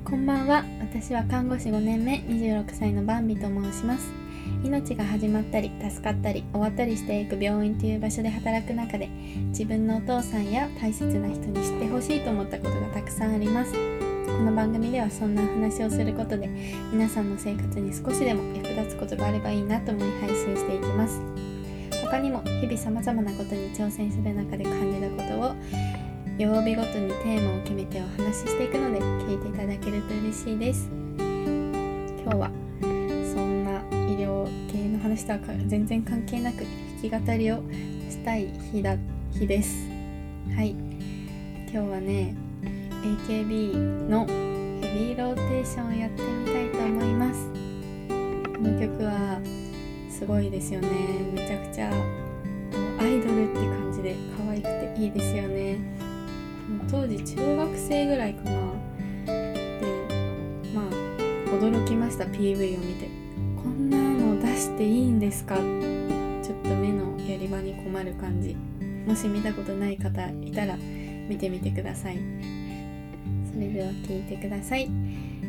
こんばんは。私は看護師5年目26歳のバンビと申します。命が始まったり助かったり終わったりしていく病院という場所で働く中で、自分のお父さんや大切な人に知ってほしいと思ったことがたくさんあります。この番組ではそんな話をすることで、皆さんの生活に少しでも役立つことがあればいいなと思い配信していきます。他にも日々様々なことに挑戦する中で感じたことを曜日ごとにテーマを決めてお話ししていくので、聞いていただけると嬉しいです。今日はそんな医療系の話とは全然関係なく弾き語りをしたい日です。はい、今日はね AKB のヘビーローテーションをやってみたいと思います。この曲はすごいですよね。めちゃくちゃアイドルって感じで可愛くていいですよね。当時中学生ぐらいかな。で、驚きました。 PV を見て、こんなの出していいんですか。ちょっと目のやり場に困る感じ。もし見たことない方いたら見てみてください。それでは聴いてください。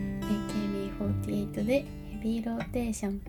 AKB48 でヘビーローテーション。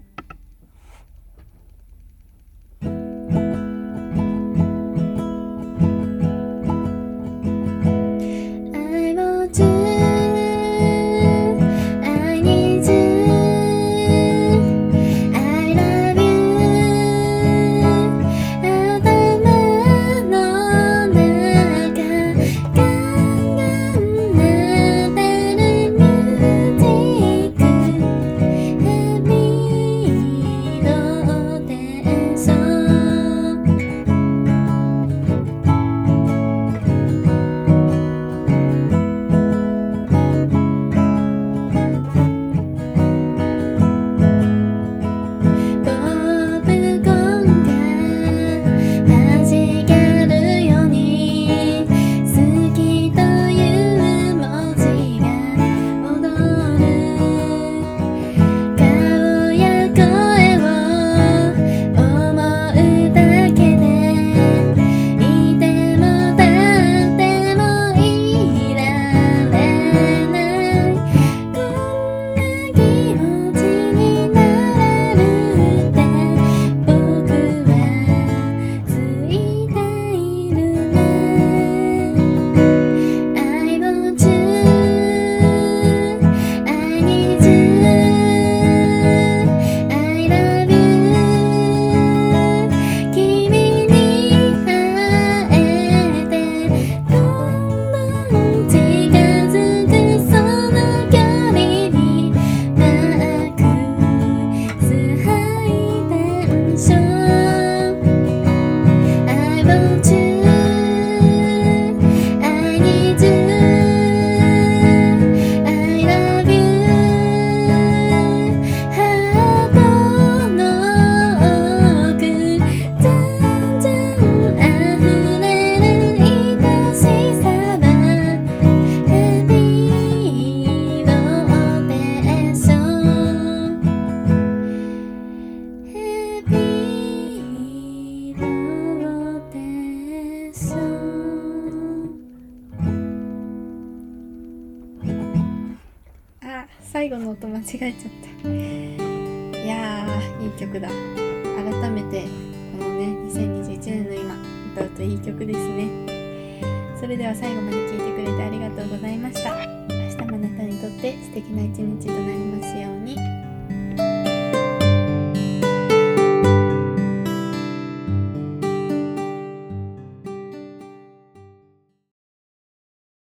最後の音間違えちゃった。いやー、いい曲だ。改めてこのね2021年の今歌うといい曲ですね。それでは最後まで聴いてくれてありがとうございました。明日もあなたにとって素敵な一日となりますように。